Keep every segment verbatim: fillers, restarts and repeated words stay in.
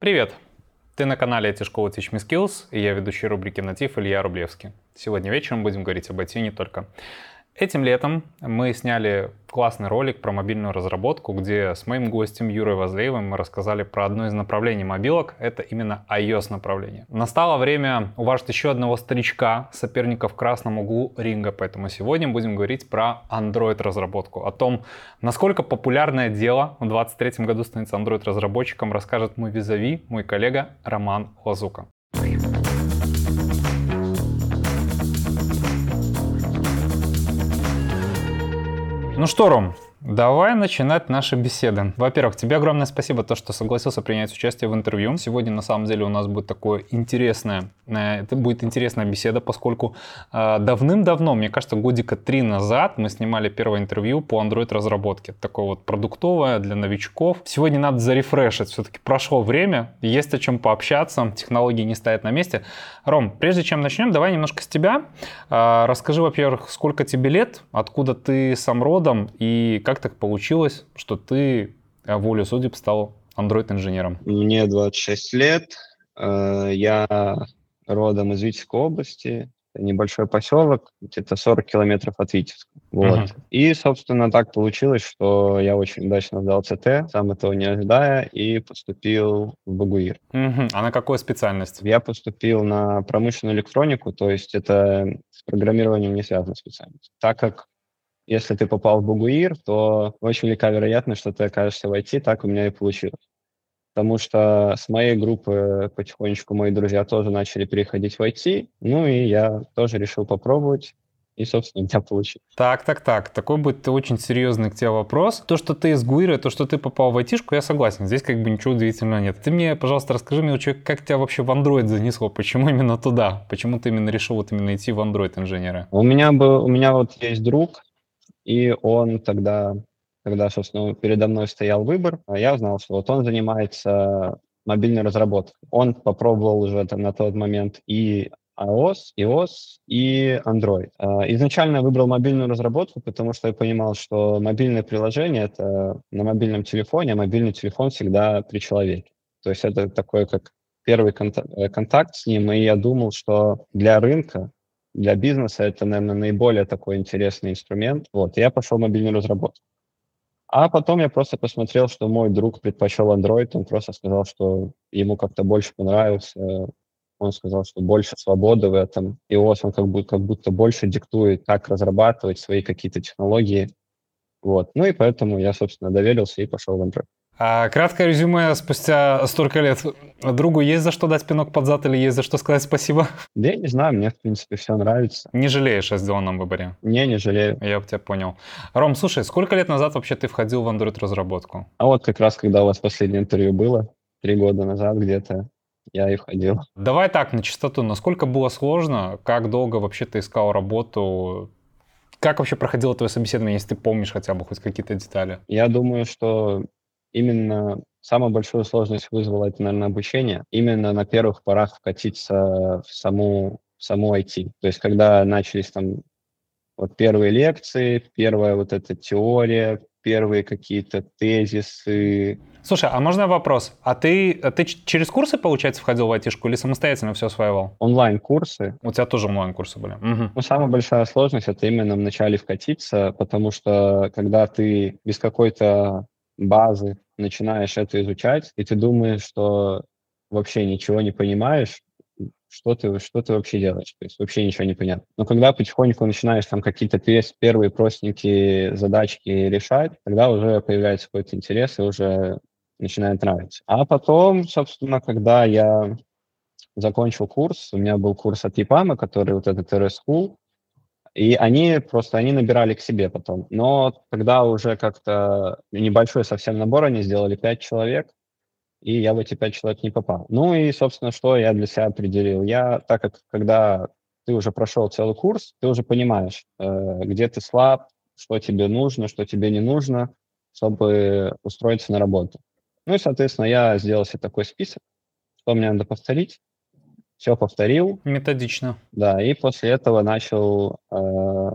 Привет! Ты на канале ай ти-школы Teach Me Skills, и я ведущий рубрики «Натив» Илья Рублевский. Сегодня вечером будем говорить об ай ти не только. Этим летом мы сняли классный ролик про мобильную разработку, где с моим гостем Юрой Возлеевым мы рассказали про одно из направлений мобилок, это именно iOS направление. Настало время уважить еще одного старичка, соперника в красном углу ринга, поэтому сегодня будем говорить про Android разработку. О том, насколько популярное дело в двадцать третьем году становится Android разработчиком, расскажет мой визави, мой коллега Роман Лазука. Ну что, Ром, давай начинать наши беседы. Во-первых, тебе огромное спасибо, то, что согласился принять участие в интервью. Сегодня, на самом деле, у нас будет такое интересное, это будет интересная беседа, поскольку э, давным-давно, мне кажется, годика три назад мы снимали первое интервью по Android-разработке. Такое вот продуктовое для новичков. Сегодня надо зарефрешить, все-таки прошло время, есть о чем пообщаться, технологии не стоят на месте. Ром, прежде чем начнем, давай немножко с тебя. Э, расскажи, во-первых, сколько тебе лет, откуда ты сам родом и как так получилось, что ты, волю судеб, стал Android-инженером? Мне двадцать шесть лет, я родом из Витебской области, небольшой поселок, где-то сорок километров от Витебска. Вот. Uh-huh. И, собственно, так получилось, что я очень удачно сдал ЦТ, сам этого не ожидая, и поступил в БГУИР. Uh-huh. А на какую специальность? Я поступил на промышленную электронику, то есть это с программированием не связана специальность. Так как если ты попал в БГУИР, то очень велика вероятность, что ты окажешься в ай ти, так у меня и получилось. Потому что с моей группы потихонечку мои друзья тоже начали переходить в ай ти, ну и я тоже решил попробовать, и, собственно, у меня получилось. Так, так, так. Такой будет очень серьезный к тебе вопрос. То, что ты из ГУИРа, то, что ты попал в айтишку, я согласен. Здесь как бы ничего удивительного нет. Ты мне, пожалуйста, расскажи мне, как тебя вообще в Android занесло? Почему именно туда? Почему ты именно решил вот именно идти в Android-инженера? У меня, был, у меня вот есть друг, и он тогда, когда, собственно, передо мной стоял выбор, я знал, что вот он занимается мобильной разработкой. Он попробовал уже там на тот момент и iOS, iOS и Android. Изначально я выбрал мобильную разработку, потому что я понимал, что мобильное приложение — это на мобильном телефоне, а мобильный телефон всегда при человеке. То есть это такой как первый контакт, контакт с ним, и я думал, что для рынка, для бизнеса это, наверное, наиболее такой интересный инструмент. Вот, и я пошел в мобильную разработку. А потом я просто посмотрел, что мой друг предпочел Android, он просто сказал, что ему как-то больше понравился, он сказал, что больше свободы в этом, и iOS он как будто, как будто больше диктует, как разрабатывать свои какие-то технологии. Вот, ну и поэтому я, собственно, доверился и пошел в Android. А краткое резюме спустя столько лет. Другу есть за что дать пинок под зад или есть за что сказать спасибо? Да я не знаю, мне, в принципе, все нравится. Не жалеешь о сделанном выборе? Не, не жалею. Я тебя понял. Ром, слушай, сколько лет назад вообще ты входил в Android-разработку? А вот как раз, когда у вас последнее интервью было, три года назад где-то, я и входил. Давай так, на чистоту. Насколько было сложно? Как долго вообще ты искал работу? Как вообще проходило твое собеседование, если ты помнишь хотя бы хоть какие-то детали? Я думаю, что именно самую большую сложность вызвало это, наверное, обучение. Именно на первых порах вкатиться в саму, в саму ай ти. То есть когда начались там вот первые лекции, первая вот эта теория, первые какие-то тезисы. Слушай, а можно вопрос? А ты, ты через курсы, получается, входил в айтишку или самостоятельно все осваивал? Онлайн-курсы. У тебя тоже онлайн-курсы были? Угу. Ну, самая большая сложность — это именно в начале вкатиться, потому что когда ты без какой-то базы начинаешь это изучать, и ты думаешь, что вообще ничего не понимаешь, что ты, что ты вообще делаешь, то есть вообще ничего не понятно. Но когда потихоньку начинаешь там какие-то первые простенькие задачки решать, тогда уже появляется какой-то интерес и уже начинает нравиться. А потом, собственно, когда я закончил курс, у меня был курс от ЕПАМа, который вот этот эр эс School, и они просто, они набирали к себе потом. Но когда уже как-то небольшой совсем набор они сделали, пять человек, и я в эти пять человек не попал. Ну и, собственно, что я для себя определил? Я, так как когда ты уже прошел целый курс, ты уже понимаешь, э, где ты слаб, что тебе нужно, что тебе не нужно, чтобы устроиться на работу. Ну и, соответственно, я сделал себе такой список, что мне надо повторить. Все повторил. Методично. Да, и после этого начал э,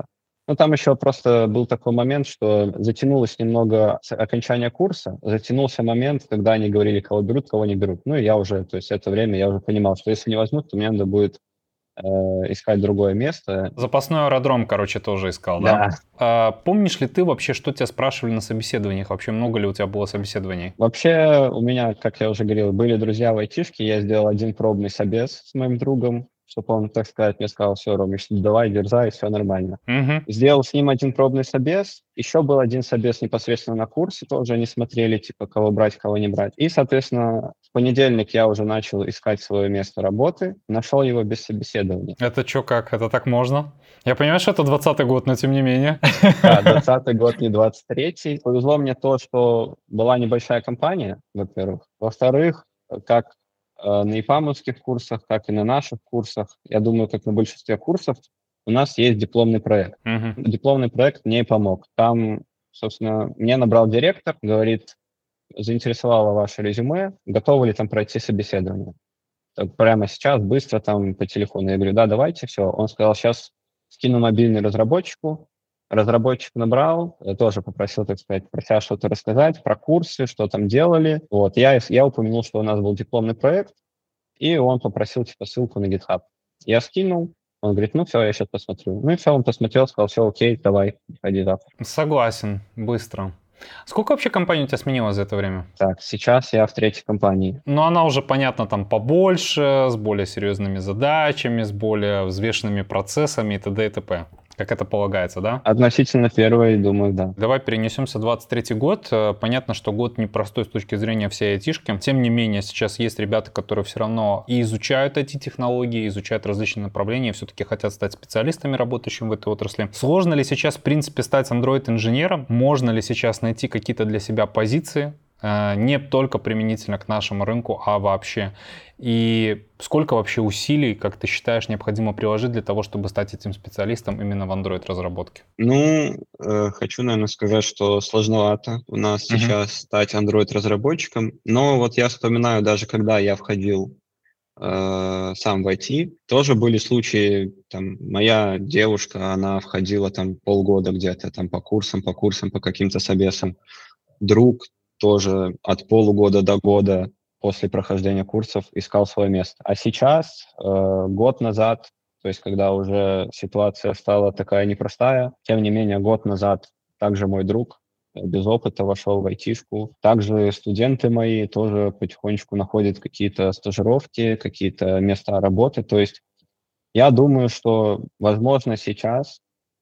Ну, там еще просто был такой момент, что затянулось немного с окончания курса, затянулся момент, когда они говорили, кого берут, кого не берут. Ну, и я уже, то есть это время я уже понимал, что если не возьмут, то мне надо будет э, искать другое место. Запасной аэродром, короче, тоже искал, да? Да. А помнишь ли ты вообще, что тебя спрашивали на собеседованиях? Вообще много ли у тебя было собеседований? Вообще у меня, как я уже говорил, были друзья в айтишке, я сделал один пробный собес с моим другом, чтобы он, так сказать, мне сказал, все, Ромыч, давай, дерзай, все нормально. Угу. Сделал с ним один пробный собес, еще был один собес непосредственно на курсе, тоже они смотрели, типа, кого брать, кого не брать. И, соответственно, в понедельник я уже начал искать свое место работы, нашел его без собеседования. Это что, как? Это так можно? Я понимаю, что это двадцатый год, но тем не менее. Да, двадцатый год, не двадцать третий. Повезло мне то, что была небольшая компания, во-первых. Во-вторых, как э, на ИПАМовских курсах, так и на наших курсах, я думаю, как на большинстве курсов, у нас есть дипломный проект. Мгм. Дипломный проект мне и помог. Там, собственно, мне набрал директор, говорит, заинтересовало ваше резюме, готовы ли там пройти собеседование? Так прямо сейчас, быстро там по телефону. Я говорю, да, давайте, все. Он сказал, сейчас скину мобильный разработчику. Разработчик набрал, я тоже попросил, так сказать, про себя что-то рассказать, про курсы, что там делали. Вот, я, я упомянул, что у нас был дипломный проект, и он попросил, типа, ссылку на GitHub. Я скинул, он говорит, ну все, я сейчас посмотрю. Ну и все, он посмотрел, сказал, все, окей, давай, ходи завтра. Согласен, быстро. Сколько вообще компаний у тебя сменилось за это время? Так, сейчас я в третьей компании. Ну, она уже, понятно, там побольше, с более серьезными задачами, с более взвешенными процессами и т.д. и т.п. Как это полагается, да? Относительно первой, думаю, да. Давай перенесемся в двадцать третий год. Э, Понятно, что год непростой с точки зрения всей айтишки. Тем не менее, сейчас есть ребята, которые все равно и изучают ай ти-технологии, изучают различные направления, и все-таки хотят стать специалистами, работающими в этой отрасли. Сложно ли сейчас, в принципе, стать Android-инженером? Можно ли сейчас найти какие-то для себя позиции? Э, Не только применительно к нашему рынку, а вообще. И сколько вообще усилий, как ты считаешь, необходимо приложить для того, чтобы стать этим специалистом именно в Android-разработке? Ну, э, хочу, наверное, сказать, что сложновато у нас Мгм. сейчас стать Android-разработчиком, но вот я вспоминаю, даже когда я входил э, сам в ай ти, тоже были случаи, там, моя девушка, она входила там полгода где-то там по курсам, по курсам, по каким-то собесам. Друг тоже от полугода до года после прохождения курсов искал свое место. А сейчас, э, год назад, то есть когда уже ситуация стала такая непростая, тем не менее, год назад также мой друг э, без опыта вошел в айтишку. Также студенты мои тоже потихонечку находят какие-то стажировки, какие-то места работы. То есть я думаю, что, возможно, сейчас,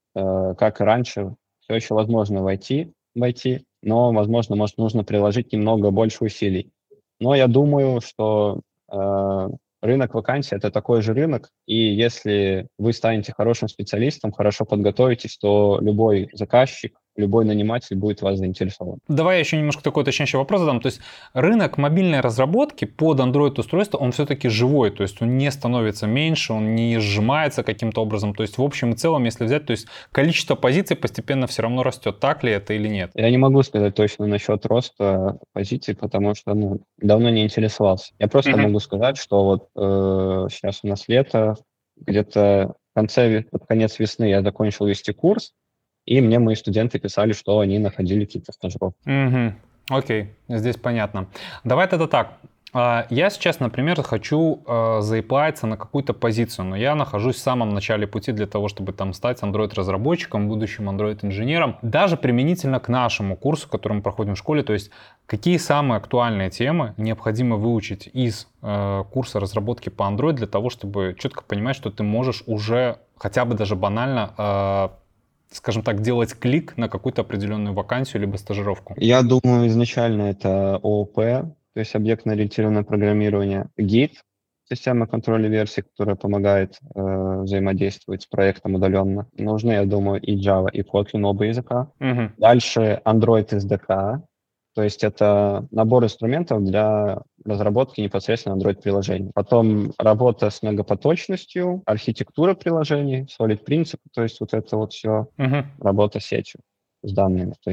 э, как и раньше, все еще возможно войти в ай ти, но, возможно, может, нужно приложить немного больше усилий. Но я думаю, что э, рынок вакансий– это такой же рынок, и если вы станете хорошим специалистом, хорошо подготовитесь, то любой заказчик, любой наниматель будет вас заинтересован. Давай я еще немножко такой уточняющий вопрос задам. То есть рынок мобильной разработки под Android-устройство, он все-таки живой, то есть он не становится меньше, он не сжимается каким-то образом. То есть в общем и целом, если взять, то есть количество позиций постепенно все равно растет. Так ли это или нет? Я не могу сказать точно насчет роста позиций, потому что ну, давно не интересовался. Я просто Мгм. могу сказать, что вот э, сейчас у нас лето, где-то в конце, ве- под конец весны я закончил вести курс, и мне мои студенты писали, что они находили какие-то стажировки. Мгм. Окей, здесь понятно. Давай тогда так. А, Я сейчас, например, хочу э, заиплайться на какую-то позицию, но я нахожусь в самом начале пути для того, чтобы там стать Android-разработчиком, будущим Android-инженером. Даже применительно к нашему курсу, который мы проходим в школе, то есть какие самые актуальные темы необходимо выучить из э, курса разработки по Android для того, чтобы четко понимать, что ты можешь уже хотя бы даже банально э, скажем так, делать клик на какую-то определенную вакансию либо стажировку? Я думаю, изначально это о о пи, то есть объектно-ориентированное программирование, гит, система контроля версий, которая помогает э, взаимодействовать с проектом удаленно. Нужны, я думаю, и Java, и Kotlin, оба языка. Мгм. Дальше Android эс ди кей, то есть это набор инструментов для разработки непосредственно Android-приложений. Потом работа с многопоточностью, архитектура приложений, solid принципы, то есть вот это вот все, Мгм. работа с сетью, с данными. То есть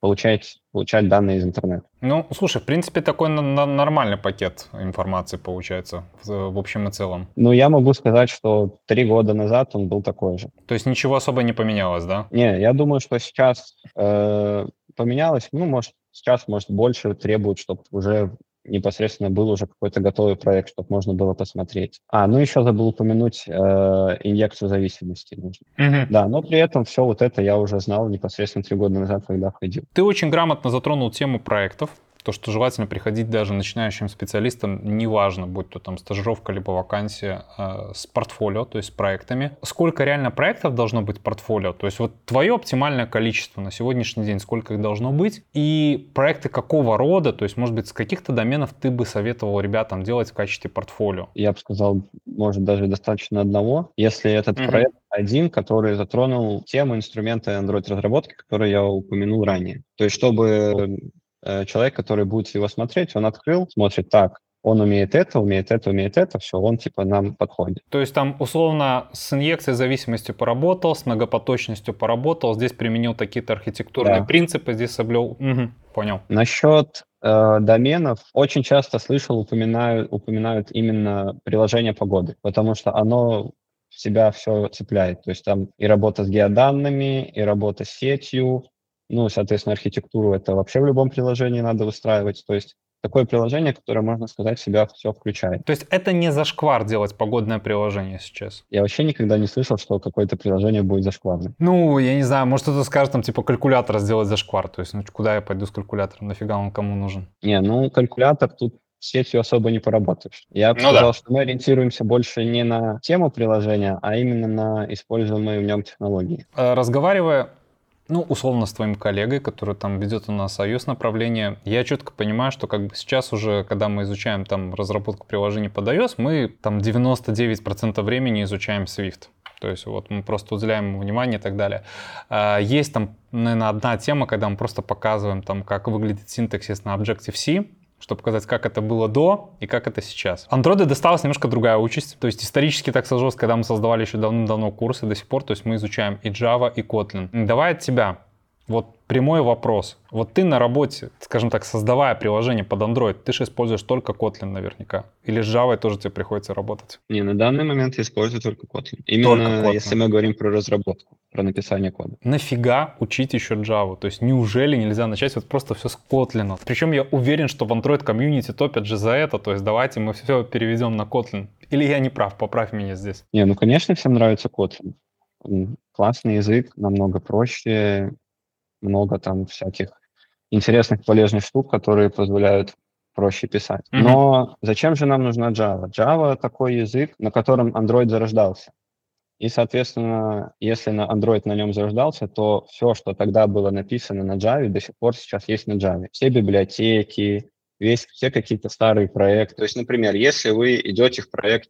получать, получать данные из интернета. Ну, слушай, в принципе, такой на- на- нормальный пакет информации получается в, в общем и целом. Ну, я могу сказать, что три года назад он был такой же. То есть ничего особо не поменялось, да? Не, я думаю, что сейчас э, поменялось. Ну, может, сейчас, может, больше требуют, чтобы уже непосредственно был уже какой-то готовый проект, чтобы можно было посмотреть. А, ну еще забыл упомянуть э, инъекцию зависимости. нужно. Мгм. Да, но при этом все вот это я уже знал непосредственно три года назад, когда ходил. Ты очень грамотно затронул тему проектов. То, что желательно приходить даже начинающим специалистам, неважно, будь то там стажировка либо вакансия, э, с портфолио, то есть с проектами. Сколько реально проектов должно быть в портфолио? То есть вот твое оптимальное количество на сегодняшний день, сколько их должно быть? И проекты какого рода, то есть, может быть, с каких-то доменов ты бы советовал ребятам делать в качестве портфолио? Я бы сказал, может, даже достаточно одного. Если этот Мгм. проект один, который затронул тему инструмента Android-разработки, который я упомянул ранее. То есть, чтобы э, человек, который будет его смотреть, он открыл, смотрит так, он умеет это, умеет это, умеет это, все, он типа нам подходит. То есть там условно с инъекцией зависимостью поработал, с многопоточностью поработал, здесь применил такие-то архитектурные Да. принципы, здесь соблюл. Мгм, понял. Насчет э, доменов, очень часто слышал, упоминают, упоминают именно приложение погоды, потому что оно в себя все цепляет. То есть там и работа с геоданными, и работа с сетью, ну, соответственно, архитектуру это вообще в любом приложении надо выстраивать. То есть такое приложение, которое, можно сказать, в себя все включает. То есть это не зашквар делать погодное приложение сейчас? Я вообще никогда не слышал, что какое-то приложение будет зашкварным. Ну, я не знаю, может кто-то скажет, там, типа, калькулятор сделать зашквар. То есть, ну, куда я пойду с калькулятором? Нафига он кому нужен? Не, ну, калькулятор тут с сетью особо не поработаешь. Я бы Ну сказал, да. что мы ориентируемся больше не на тему приложения, а именно на используемые в нем технологии. Э, Разговаривая, ну, условно, с твоим коллегой, который там ведет у нас iOS направление, я четко понимаю, что как бы сейчас уже, когда мы изучаем там разработку приложений под iOS, мы там девяносто девять процентов времени изучаем Swift. То есть вот мы просто уделяем ему внимание и так далее. А, Есть там, наверное, одна тема, когда мы просто показываем, там, как выглядит синтаксис на Objective-C, чтобы показать, как это было до и как это сейчас. Андроиду досталась немножко другая участь. То есть исторически так сложилось, когда мы создавали еще давным-давно курсы до сих пор, то есть мы изучаем и Java, и Kotlin. Давай от тебя вот прямой вопрос. Вот ты на работе, скажем так, создавая приложение под Android, ты же используешь только Kotlin наверняка. Или с Java тоже тебе приходится работать? Не, на данный момент я использую только Kotlin. Именно Kotlin. если мы говорим про разработку, про написание кода. Нафига учить еще Java? То есть неужели нельзя начать вот просто все с Kotlin? Причем я уверен, что в Android комьюнити топят же за это, то есть давайте мы все переведем на Kotlin. Или я не прав, поправь меня здесь. Не, ну, конечно, всем нравится Kotlin. М, Классный язык, намного проще, много там всяких интересных, полезных штук, которые позволяют проще писать. Мгм. Но зачем же нам нужна Java? Java такой язык, на котором Android зарождался. И, соответственно, если на Android на нем зарождался, то все, что тогда было написано на Java, до сих пор сейчас есть на Java. Все библиотеки, весь, все какие-то старые проекты. То есть, например, если вы идете в проект,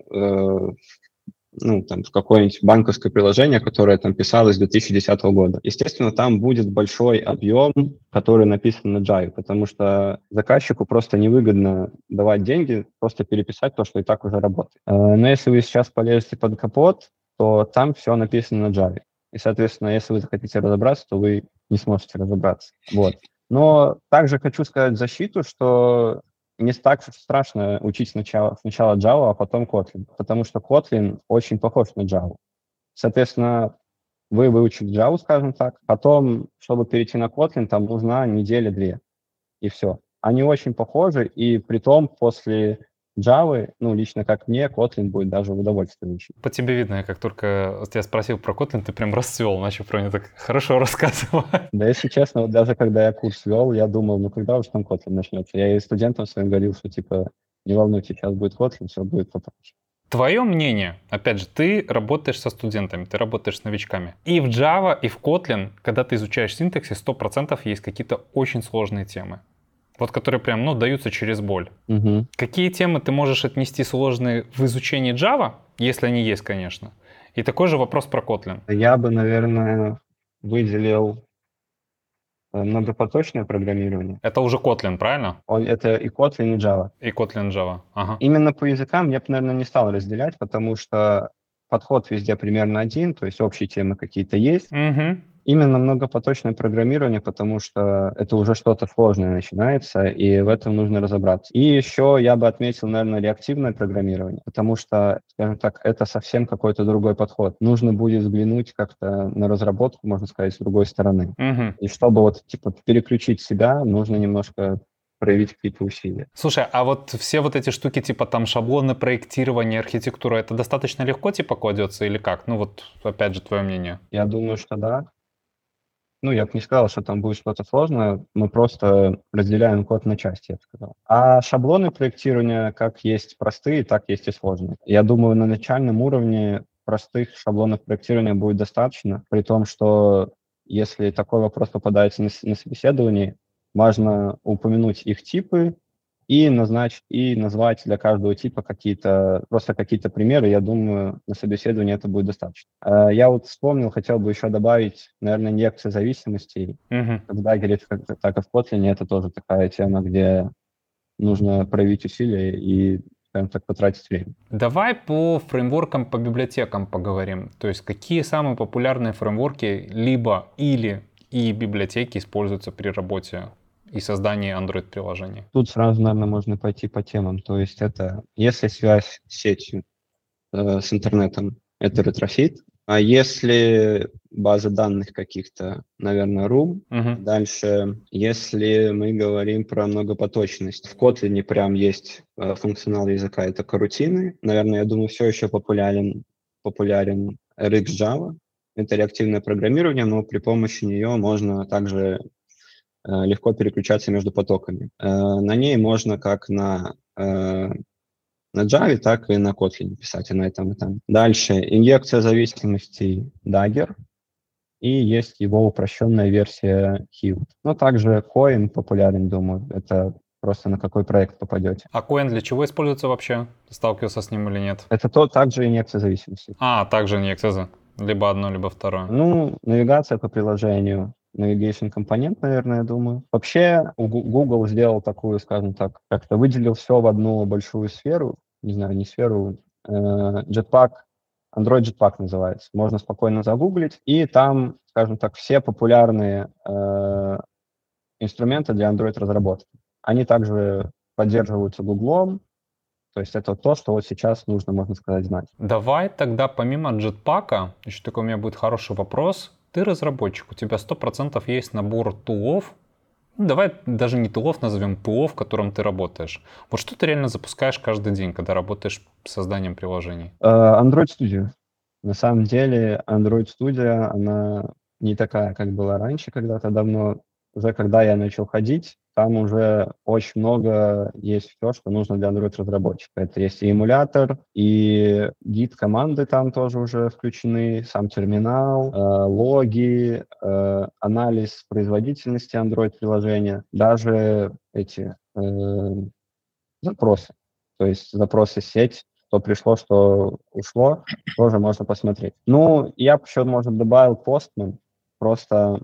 э, ну, там, в какое-нибудь банковское приложение, которое там писалось с две тысячи десятого года. Естественно, там будет большой объем, который написан на Java, потому что заказчику просто невыгодно давать деньги, просто переписать то, что и так уже работает. Э, Но если вы сейчас полезете под капот, то там все написано на Java. И, соответственно, если вы захотите разобраться, то вы не сможете разобраться. Вот. Но также хочу сказать в защиту, что не так страшно учить сначала, сначала Java, а потом Kotlin, потому что Kotlin очень похож на Java. Соответственно, вы выучили Java, скажем так, потом, чтобы перейти на Kotlin, там нужна неделя-две, и все. Они очень похожи, и при том после Java, ну, лично как мне, Kotlin будет даже в удовольствие учить. По тебе видно, я как только тебя спросил про Kotlin, ты прям расцвел, начал про него так хорошо рассказывать. Да, если честно, вот даже когда я курс вел, я думал, ну, когда уже там Kotlin начнется? Я и студентам своим говорил, что, типа, не волнуйтесь, сейчас будет Kotlin, все будет попроще. Твое мнение, опять же, ты работаешь со студентами, ты работаешь с новичками. И в Java, и в Kotlin, когда ты изучаешь синтаксис, сто процентов есть какие-то очень сложные темы. Вот которые прям, ну, даются через боль. Угу. Какие темы ты можешь отнести сложные в изучении Java, если они есть, конечно? И такой же вопрос про Kotlin. Я бы, наверное, выделил э, многопоточное программирование. Это уже Kotlin, правильно? Он, это и Kotlin, и Java. И Kotlin Java. Ага. Именно по языкам я бы, наверное, не стал разделять, потому что подход везде примерно один, то есть общие темы какие-то есть. Угу. Именно многопоточное программирование, потому что это уже что-то сложное начинается, и в этом нужно разобраться. И еще я бы отметил, наверное, реактивное программирование, потому что, скажем так, это совсем какой-то другой подход. Нужно будет взглянуть как-то на разработку, можно сказать, с другой стороны. Мгм. И чтобы вот типа переключить себя, нужно немножко проявить какие-то усилия. Слушай, а вот все вот эти штуки, типа там шаблоны проектирования, архитектура, это достаточно легко типа кладется или как? Ну вот, опять же, твое мнение. Я думаю, что да. Ну, я бы не сказал, что там будет что-то сложное, мы просто разделяем код на части, я бы сказал. А шаблоны проектирования как есть простые, так есть и сложные. Я думаю, на начальном уровне простых шаблонов проектирования будет достаточно, при том, что если такой вопрос попадается на, с- на собеседовании, важно упомянуть их типы и назначить, и назвать для каждого типа какие-то, просто какие-то примеры. Я думаю, на собеседовании это будет достаточно. Э, Я вот вспомнил, хотел бы еще добавить, наверное, инъекция зависимостей. Мгм. Как в Dagger, как- так и в Kotlin это тоже такая тема, где нужно проявить усилия и, скажем так, потратить время. Давай по фреймворкам, по библиотекам поговорим. То есть какие самые популярные фреймворки либо или и библиотеки используются при работе и создании Android-приложений? Тут сразу, наверное, можно пойти по темам. То есть это, если связь с сетью, э, с интернетом, это ретрофит. А если база данных каких-то, наверное, рум. Мгм. Дальше, если мы говорим про многопоточность, в Kotlin прям есть э, функционал языка, это карутины. Наверное, я думаю, все еще популярен, популярен эр икс Java. Это реактивное программирование, но при помощи нее можно также э, легко переключаться между потоками. Э, на ней можно как на э, на Java, так и на Kotlin писать, и на этом, и там. Дальше, инъекция зависимостей Dagger, и есть его упрощенная версия Hill. Но также Coin популярен, думаю, это просто на какой проект попадете. А Coin для чего используется вообще? Ты сталкивался с ним или нет? Это то, также инъекция зависимости. А, также не Xs. Либо одно, либо второе. Ну, навигация по приложению, navigation компонент, наверное, я думаю. Вообще, у Гу- Google сделал такую, скажем так, как-то выделил все в одну большую сферу, не знаю, не сферу, э, Jetpack, Android Jetpack называется. Можно спокойно загуглить, и там, скажем так, все популярные э, инструменты для Android-разработки. Они также поддерживаются Гуглом, то есть это то, что вот сейчас нужно, можно сказать, знать. Давай тогда помимо Jetpack, еще такой у меня будет хороший вопрос. Ты разработчик, у тебя сто процентов есть набор тулов. Ну, давай даже не тулов назовем, ПО, в котором ты работаешь. Вот что ты реально запускаешь каждый день, когда работаешь с созданием приложений? Э, Android Studio. На самом деле Android Studio, она не такая, как была раньше когда-то давно. Уже когда я начал ходить, там уже очень много есть все, что нужно для Android-разработчика. Это есть и эмулятор, и гид-команды там тоже уже включены, сам терминал, э, логи, э, анализ производительности Android-приложения, даже эти э, запросы. То есть запросы в сеть, что пришло, что ушло, тоже можно посмотреть. Ну, я бы еще, может, добавил Postman, просто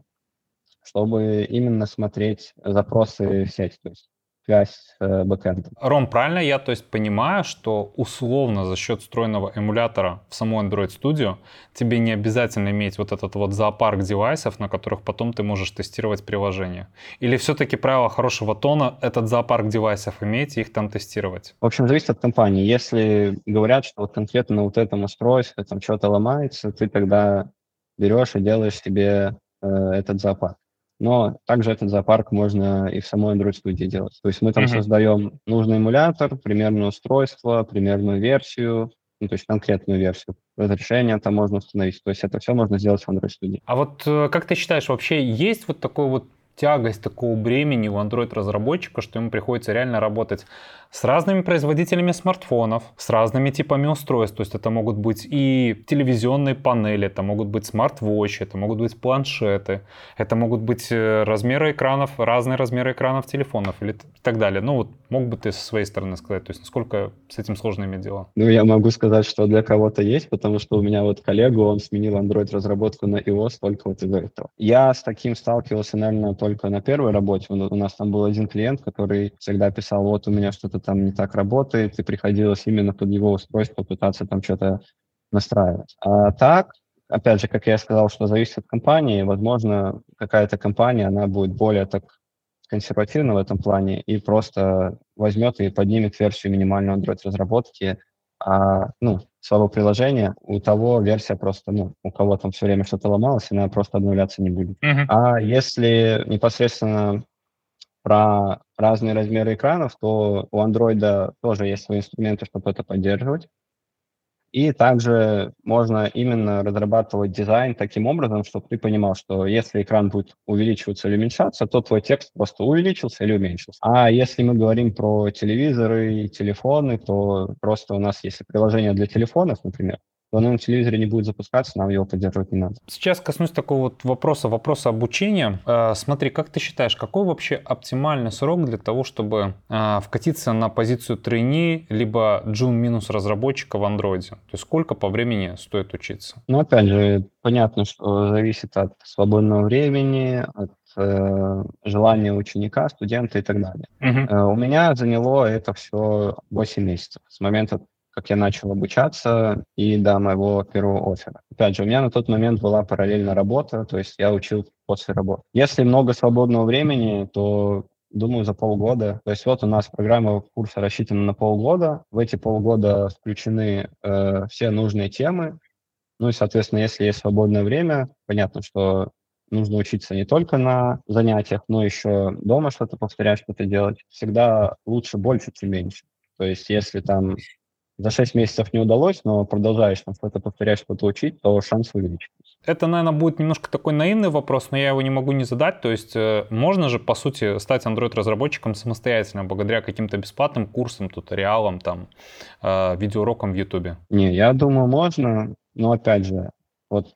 чтобы именно смотреть запросы в сеть, то есть связь с э, бэкэндом. Ром, правильно я то есть понимаю, что условно за счет встроенного эмулятора в саму Android Studio тебе не обязательно иметь вот этот вот зоопарк девайсов, на которых потом ты можешь тестировать приложение? Или все-таки правило хорошего тона этот зоопарк девайсов иметь и их там тестировать? В общем, зависит от компании. Если говорят, что вот конкретно на вот этом устройстве там что-то ломается, ты тогда берешь и делаешь себе э, этот зоопарк. Но также этот зоопарк можно и в самой Android Studio делать. То есть мы там Мгм. создаем нужный эмулятор, примерное устройство, примерную версию, ну, то есть конкретную версию. Разрешение там можно установить. То есть это все можно сделать в Android Studio. А вот э, как ты считаешь, вообще есть вот такой вот тягость такого бремени у Android-разработчика, что ему приходится реально работать с разными производителями смартфонов, с разными типами устройств. То есть это могут быть и телевизионные панели, это могут быть смарт-вотчи, это могут быть планшеты, это могут быть э, размеры экранов, разные размеры экранов телефонов или т- и так далее. Ну вот мог бы ты со своей стороны сказать, то есть насколько с этим сложно иметь дело? Ну, я могу сказать, что для кого-то есть, потому что у меня вот коллега, он сменил Android-разработку на iOS только вот из-за этого. Я с таким сталкивался, наверное, только на первой работе. У у нас там был один клиент, который всегда писал, вот у меня что-то там не так работает, и приходилось именно под его устройство пытаться там что-то настраивать. А так, опять же, как я сказал, что зависит от компании, возможно, какая-то компания, она будет более так консервативна в этом плане и просто возьмет и поднимет версию минимальной Android-разработки, а, ну, своего приложения, у того версия просто, ну, у кого там все время что-то ломалось, она просто обновляться не будет. Мгм. А если непосредственно про разные размеры экранов, то у Android тоже есть свои инструменты, чтобы это поддерживать. И также можно именно разрабатывать дизайн таким образом, чтобы ты понимал, что если экран будет увеличиваться или уменьшаться, то твой текст просто увеличился или уменьшился. А если мы говорим про телевизоры и телефоны, то просто у нас есть приложение для телефонов, например, то оно на телевизоре не будет запускаться, нам его поддерживать не надо. Сейчас коснусь такого вот вопроса, вопроса обучения. Э, смотри, как ты считаешь, какой вообще оптимальный срок для того, чтобы э, вкатиться на позицию трейни, либо джун минус разработчика в андроиде? То есть сколько по времени стоит учиться? Ну, опять же, понятно, что зависит от свободного времени, от э, желания ученика, студента и так далее. Мгм. Э, у меня заняло это все восемь месяцев с момента, как я начал обучаться и до моего первого оффера. Опять же, у меня на тот момент была параллельно работа, то есть я учил после работы. Если много свободного времени, то думаю, за полгода. То есть вот у нас программа курса рассчитана на полгода. В эти полгода включены э, все нужные темы. Ну и, соответственно, если есть свободное время, понятно, что нужно учиться не только на занятиях, но еще дома что-то повторять, что-то делать. Всегда лучше больше, чем меньше. То есть если там за шесть месяцев не удалось, но продолжаешь там что-то повторять, что-то учить, то шанс увеличится. Это, наверное, будет немножко такой наивный вопрос, но я его не могу не задать. То есть э, можно же, по сути, стать Android-разработчиком самостоятельно, благодаря каким-то бесплатным курсам, туториалам, там, э, видеоурокам в YouTube? Не, я думаю, можно, но опять же, вот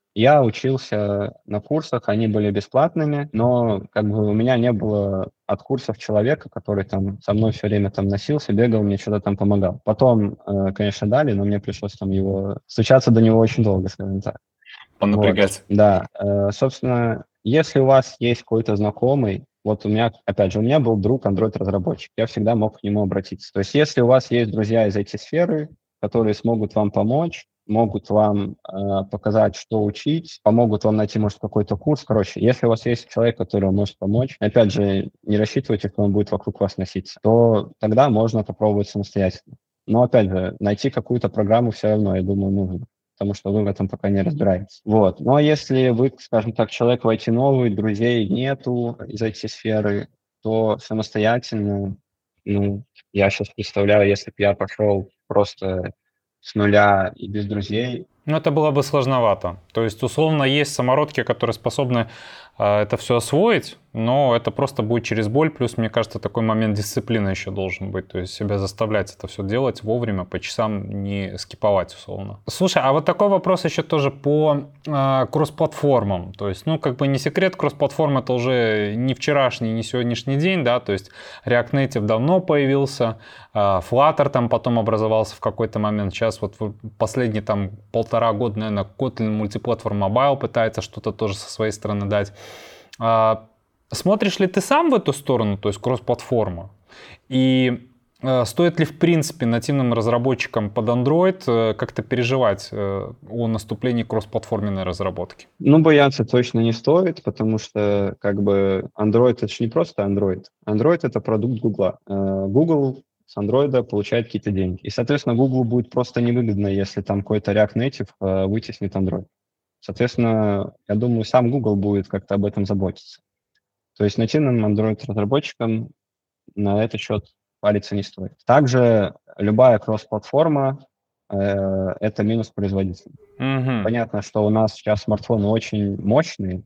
я учился на курсах, они были бесплатными, но как бы у меня не было от курсов человека, который там со мной все время там носился, бегал, мне что-то там помогал. Потом, э, конечно, дали, но мне пришлось там его... Стучаться до него очень долго, скажем так. Вот, Понапрягать. да. Э, собственно, если у вас есть какой-то знакомый, вот у меня, опять же, у меня был друг Android-разработчик, я всегда мог к нему обратиться. То есть если у вас есть друзья из ай ти-сферы, которые смогут вам помочь, могут вам э, показать, что учить, помогут вам найти, может, какой-то курс. Короче, если у вас есть человек, который вам может помочь, опять же, не рассчитывайте, что он будет вокруг вас носиться, то тогда можно попробовать самостоятельно. Но, опять же, найти какую-то программу все равно, я думаю, нужно, потому что вы в этом пока не разбираетесь. Вот. Но если вы, скажем так, человек в ай ти новый, друзей нету из ай ти-сферы, то самостоятельно, ну, я сейчас представляю, если бы я пошел просто с нуля и без друзей. Ну, это было бы сложновато. То есть, условно, есть самородки, которые способны э, это все освоить, но это просто будет через боль. Плюс, мне кажется, такой момент дисциплины еще должен быть. То есть себя заставлять это все делать вовремя, по часам не скиповать, условно. Слушай, а вот такой вопрос еще тоже по э, кросс-платформам. То есть, ну, как бы не секрет, кросс-платформа это уже не вчерашний, не сегодняшний день, да, то есть React Native давно появился, э, Flutter там потом образовался в какой-то момент. Сейчас вот последние там полтора года, наверное, Kotlin Multiplatform Mobile пытается что-то тоже со своей стороны дать. А, смотришь ли ты сам в эту сторону, то есть кросс-платформа? И э, стоит ли, в принципе, нативным разработчикам под Android э, как-то переживать э, о наступлении кросс-платформенной разработки? Ну, бояться точно не стоит, потому что, как бы, Android — это же не просто Android. Android — это продукт Google. Google с Android получает какие-то деньги. И, соответственно, Google будет просто невыгодно, если там какой-то React Native э, вытеснит Android. Соответственно, я думаю, сам Google будет как-то об этом заботиться. То есть нативным Android-разработчикам на этот счет париться не стоит. Также любая кросс-платформа э, — это минус производителя. Угу. Понятно, что у нас сейчас смартфоны очень мощные,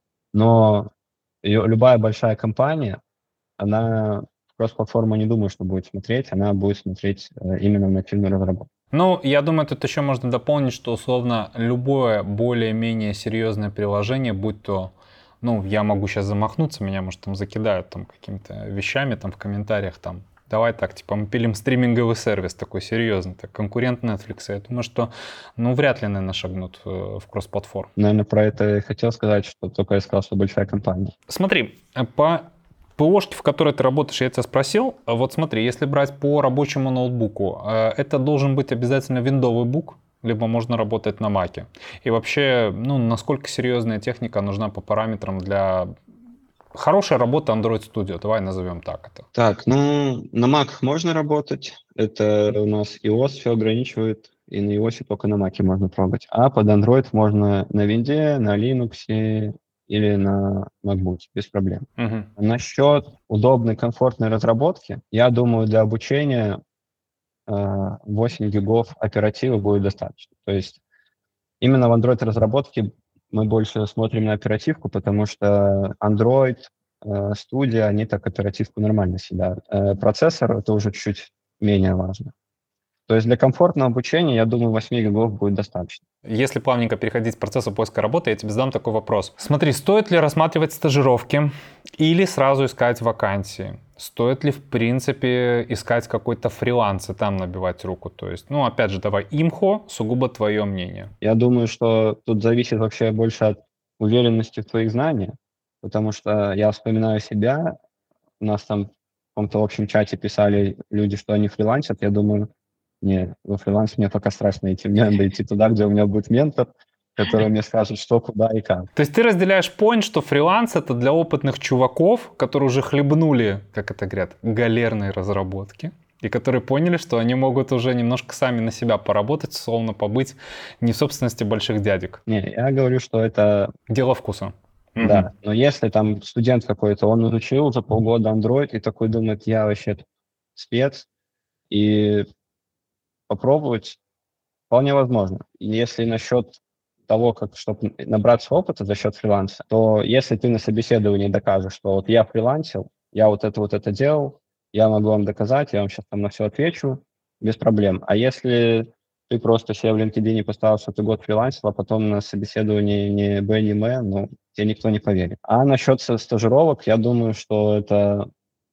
но ее, любая большая компания, она кросс-платформу не думаю, что будет смотреть, она будет смотреть э, именно нативную разработку. Ну, я думаю, тут еще можно дополнить, что условно любое более-менее серьезное приложение, будь то, ну, я могу сейчас замахнуться, меня, может, там закидают там какими-то вещами там в комментариях, там, давай так, типа, мы пилим стриминговый сервис такой серьезный, так, конкурент Netflix. Я думаю, что, ну, вряд ли, наверное, шагнут э, в кросс-платформ. Наверное, про это и хотел сказать, что только я сказал, что большая компания. Смотри, по ПОшке, в которой ты работаешь, я тебя спросил. Вот смотри, если брать по рабочему ноутбуку, это должен быть обязательно виндовый бук, либо можно работать на Mac. И вообще, ну, насколько серьезная техника нужна по параметрам для хорошей работы Android Studio? Давай назовем так это. Так, ну, на Mac можно работать. Это у нас iOS все ограничивает, и на iOS только на Mac можно пробовать. А под Android можно на Винде, на Linux или на MacBook без проблем. Угу. Насчет удобной, комфортной разработки, я думаю, для обучения восемь гигов оперативы будет достаточно. То есть именно в Android-разработке мы больше смотрим на оперативку, потому что Android, Studio, они так оперативку нормально съедают. Процессор — это уже чуть менее важно. То есть для комфортного обучения, я думаю, восемь гигов будет достаточно. Если плавненько переходить к процессу поиска работы, я тебе задам такой вопрос. Смотри, стоит ли рассматривать стажировки или сразу искать вакансии? Стоит ли, в принципе, искать какой-то фриланс и там набивать руку? То есть, ну, опять же, давай имхо, сугубо твое мнение. Я думаю, что тут зависит вообще больше от уверенности в твоих знаниях, потому что я вспоминаю себя, у нас там в каком-то общем чате писали люди, что они фрилансят, я думаю, не, во фриланс мне пока страшно идти, мне надо идти туда, где у меня будет ментор, который мне скажет, что, куда и как. То есть ты разделяешь point, что фриланс — это для опытных чуваков, которые уже хлебнули, как это говорят, галерной разработки, и которые поняли, что они могут уже немножко сами на себя поработать, словно побыть не в собственности больших дядек. Не, я говорю, что это... Дело вкуса. Да, Угу. но если там студент какой-то, он изучил за полгода Android и такой думает, я вообще спец, и попробовать вполне возможно. И если насчет того, как, чтобы набраться опыта за счет фриланса, то если ты на собеседовании докажешь, что вот я фрилансил, я вот это вот это делал, я могу вам доказать, я вам сейчас там на все отвечу, без проблем. А если ты просто себе в LinkedIn поставил, что ты год фрилансил, а потом на собеседовании не Б, не М, ну, тебе никто не поверит. А насчет стажировок, я думаю, что это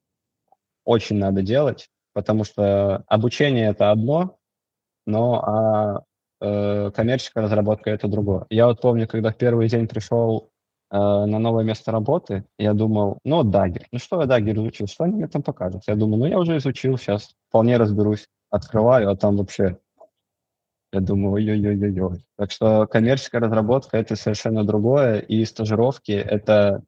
очень надо делать, потому что обучение — это одно, но а э, коммерческая разработка — это другое. Я вот помню, когда в первый день пришел э, на новое место работы, я думал, ну, Dagger. Ну, что я Dagger изучил? Что они мне там покажут? Я думаю, ну, я уже изучил, сейчас вполне разберусь. Открываю, а там вообще, я думаю, ой-ой-ой-ой-ой. Так что коммерческая разработка — это совершенно другое, и стажировки — это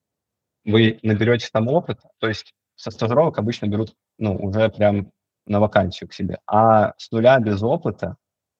вы наберете там опыт, то есть со стажировок обычно берут, ну, уже прям на вакансию к себе. А с нуля без опыта,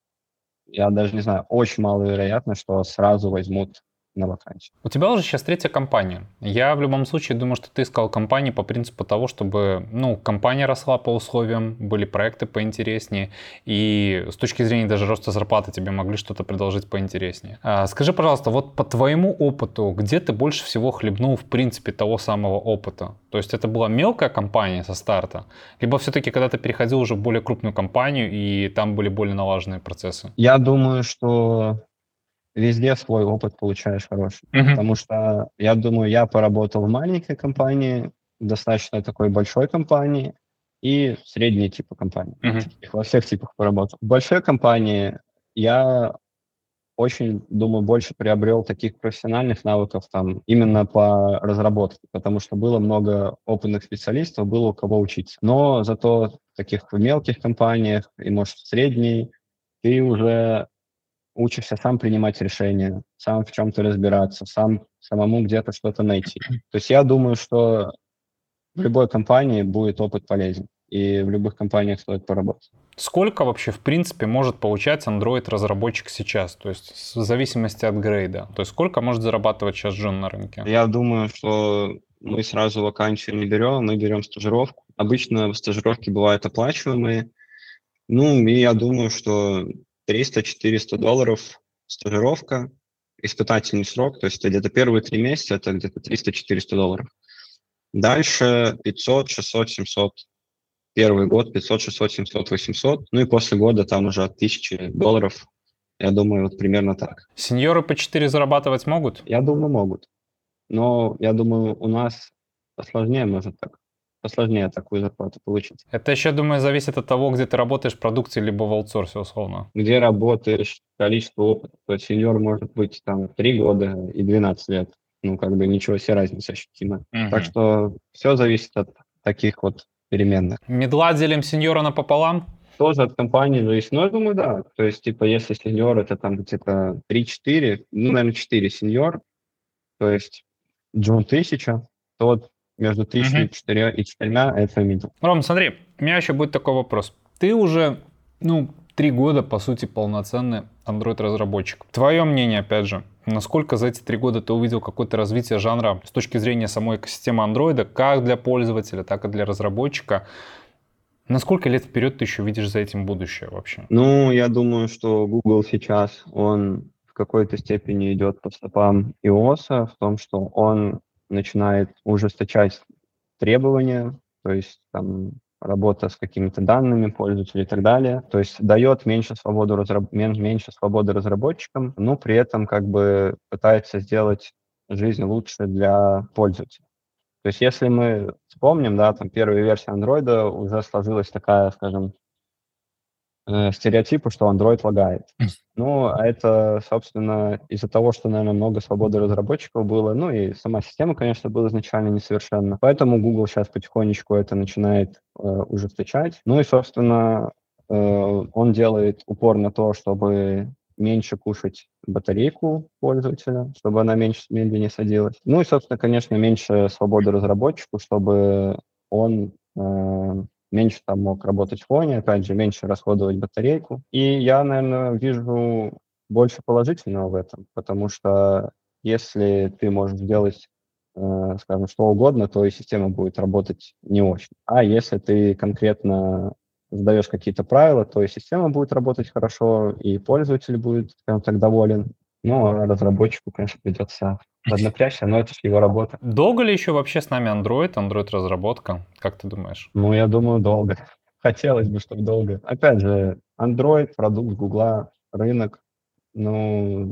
я даже не знаю, очень маловероятно, что сразу возьмут на вакансию. У тебя уже сейчас третья компания. Я в любом случае думаю, что ты искал компании по принципу того, чтобы, ну, компания росла по условиям, были проекты поинтереснее, и с точки зрения даже роста зарплаты тебе могли что-то предложить поинтереснее. А, скажи, пожалуйста, вот по твоему опыту, где ты больше всего хлебнул, в принципе, того самого опыта? То есть это была мелкая компания со старта, либо все-таки когда ты переходил уже в более крупную компанию, и там были более налаженные процессы? Я думаю, что везде свой опыт получаешь хороший. Мгм. Потому что, я думаю, я поработал в маленькой компании, достаточно такой большой компании и средней типа компании. Мгм. Во всех типах поработал. В большой компании я очень, думаю, больше приобрел таких профессиональных навыков там именно по разработке, потому что было много опытных специалистов, было у кого учиться. Но зато в таких мелких компаниях и, может, в средней ты уже учишься сам принимать решения, сам в чем-то разбираться, сам самому где-то что-то найти. То есть я думаю, что в любой компании будет опыт полезен, и в любых компаниях стоит поработать. Сколько вообще, в принципе, может получать Android-разработчик сейчас? То есть в зависимости от грейда. То есть сколько может зарабатывать сейчас Джон на рынке? Я думаю, что мы сразу вакансию не берем, мы берем стажировку. Обычно стажировки бывают оплачиваемые. Ну, и я думаю, что триста-четыреста долларов стажировка, испытательный срок, то есть это где-то первые три месяца, это где-то триста-четыреста долларов. Дальше пятьсот, шестьсот, семьсот. Первый год пятьсот, шестьсот, семьсот, восемьсот. Ну и после года там уже от тысячи долларов. Я думаю, вот примерно так. Сеньоры по четыре зарабатывать могут? Я думаю, могут. Но я думаю, у нас посложнее может так. Посложнее такую зарплату получить. Это еще, думаю, зависит от того, где ты работаешь в продукции, либо в аутсорсе, условно. Где работаешь, количество опыта. То есть сеньор может быть там три года и двенадцать лет. Ну, как бы ничего себе разница ощутимая. Мгм. Так что все зависит от таких вот переменных. Медла делим сеньора напополам? тоже от компании зависит. Но я думаю, да. То есть, типа, если сеньор это там где-то три-четыре, ну, наверное, четыре сеньор, то есть джун тысяча, то вот между тысячей Мгм. и четырьмя и четырьмя это middle. Ром, смотри, у меня еще будет такой вопрос. Ты уже, ну, три года, по сути, полноценный Android-разработчик. Твое мнение, опять же, насколько за эти три года ты увидел какое-то развитие жанра с точки зрения самой экосистемы Android, как для пользователя, так и для разработчика? На сколько лет вперед ты еще видишь за этим будущее вообще? Ну, я думаю, что Google сейчас, он в какой-то степени идет по стопам iOS, в том, что он начинает ужесточать требования, то есть там работа с какими-то данными пользователей и так далее. То есть дает меньше свободу разраб- мен- меньше свободы разработчикам, но при этом как бы пытается сделать жизнь лучше для пользователя. То есть если мы вспомним, да, там первая версия Android уже сложилась такая, скажем, э, стереотипы, что Android лагает. Ну, а это, собственно, из-за того, что, наверное, много свободы разработчиков было, ну и сама система, конечно, была изначально несовершенна. Поэтому Google сейчас потихонечку это начинает э, ужесточать. Ну и, собственно, э, он делает упор на то, чтобы меньше кушать батарейку пользователя, чтобы она меньше медленнее садилась. Ну и, собственно, конечно, меньше свободы разработчику, чтобы он э, меньше там мог работать в фоне, опять же, меньше расходовать батарейку. И я, наверное, вижу больше положительного в этом, потому что если ты можешь сделать, э, скажем, что угодно, то и система будет работать не очень. А если ты конкретно задаешь какие-то правила, то и система будет работать хорошо, и пользователь будет, скажем так, доволен. Ну, а разработчику, конечно, придется поднапрячься, но это же его работа. Долго ли еще вообще с нами Android, Android-разработка? Как ты думаешь? Ну, я думаю, долго. Хотелось бы, чтобы долго. Опять же, Android, продукт Гугла, рынок. Ну,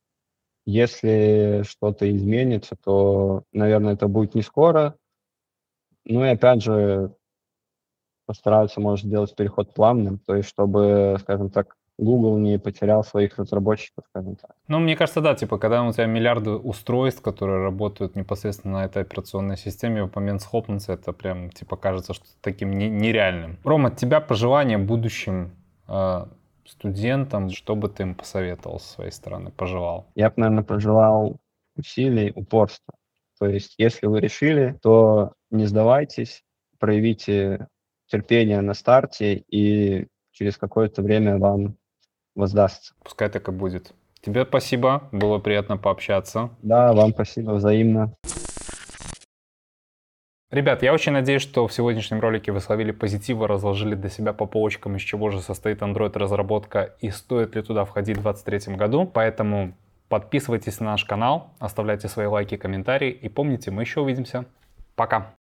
если что-то изменится, то, наверное, это будет не скоро. Ну и опять же, постараются, может, сделать переход плавным, то есть чтобы, скажем так, Google не потерял своих разработчиков, скажем так. Ну, мне кажется, да, типа, когда у тебя миллиарды устройств, которые работают непосредственно на этой операционной системе, в момент схлопнуться, это прям, типа, кажется что таким не- нереальным. Ром, от тебя пожелания будущим э, студентам, что бы ты им посоветовал со своей стороны, пожелал? Я бы, наверное, пожелал усилий, упорства. То есть, если вы решили, то не сдавайтесь, проявите терпение на старте, и через какое-то время вам воздастся. Пускай так и будет. Тебе спасибо, было приятно пообщаться. Да, вам спасибо взаимно. Ребят, я очень надеюсь, что в сегодняшнем ролике вы словили позитива, разложили для себя по полочкам, из чего же состоит Android-разработка и стоит ли туда входить в двадцать третьем году. Поэтому подписывайтесь на наш канал, оставляйте свои лайки, комментарии и помните, мы еще увидимся. Пока!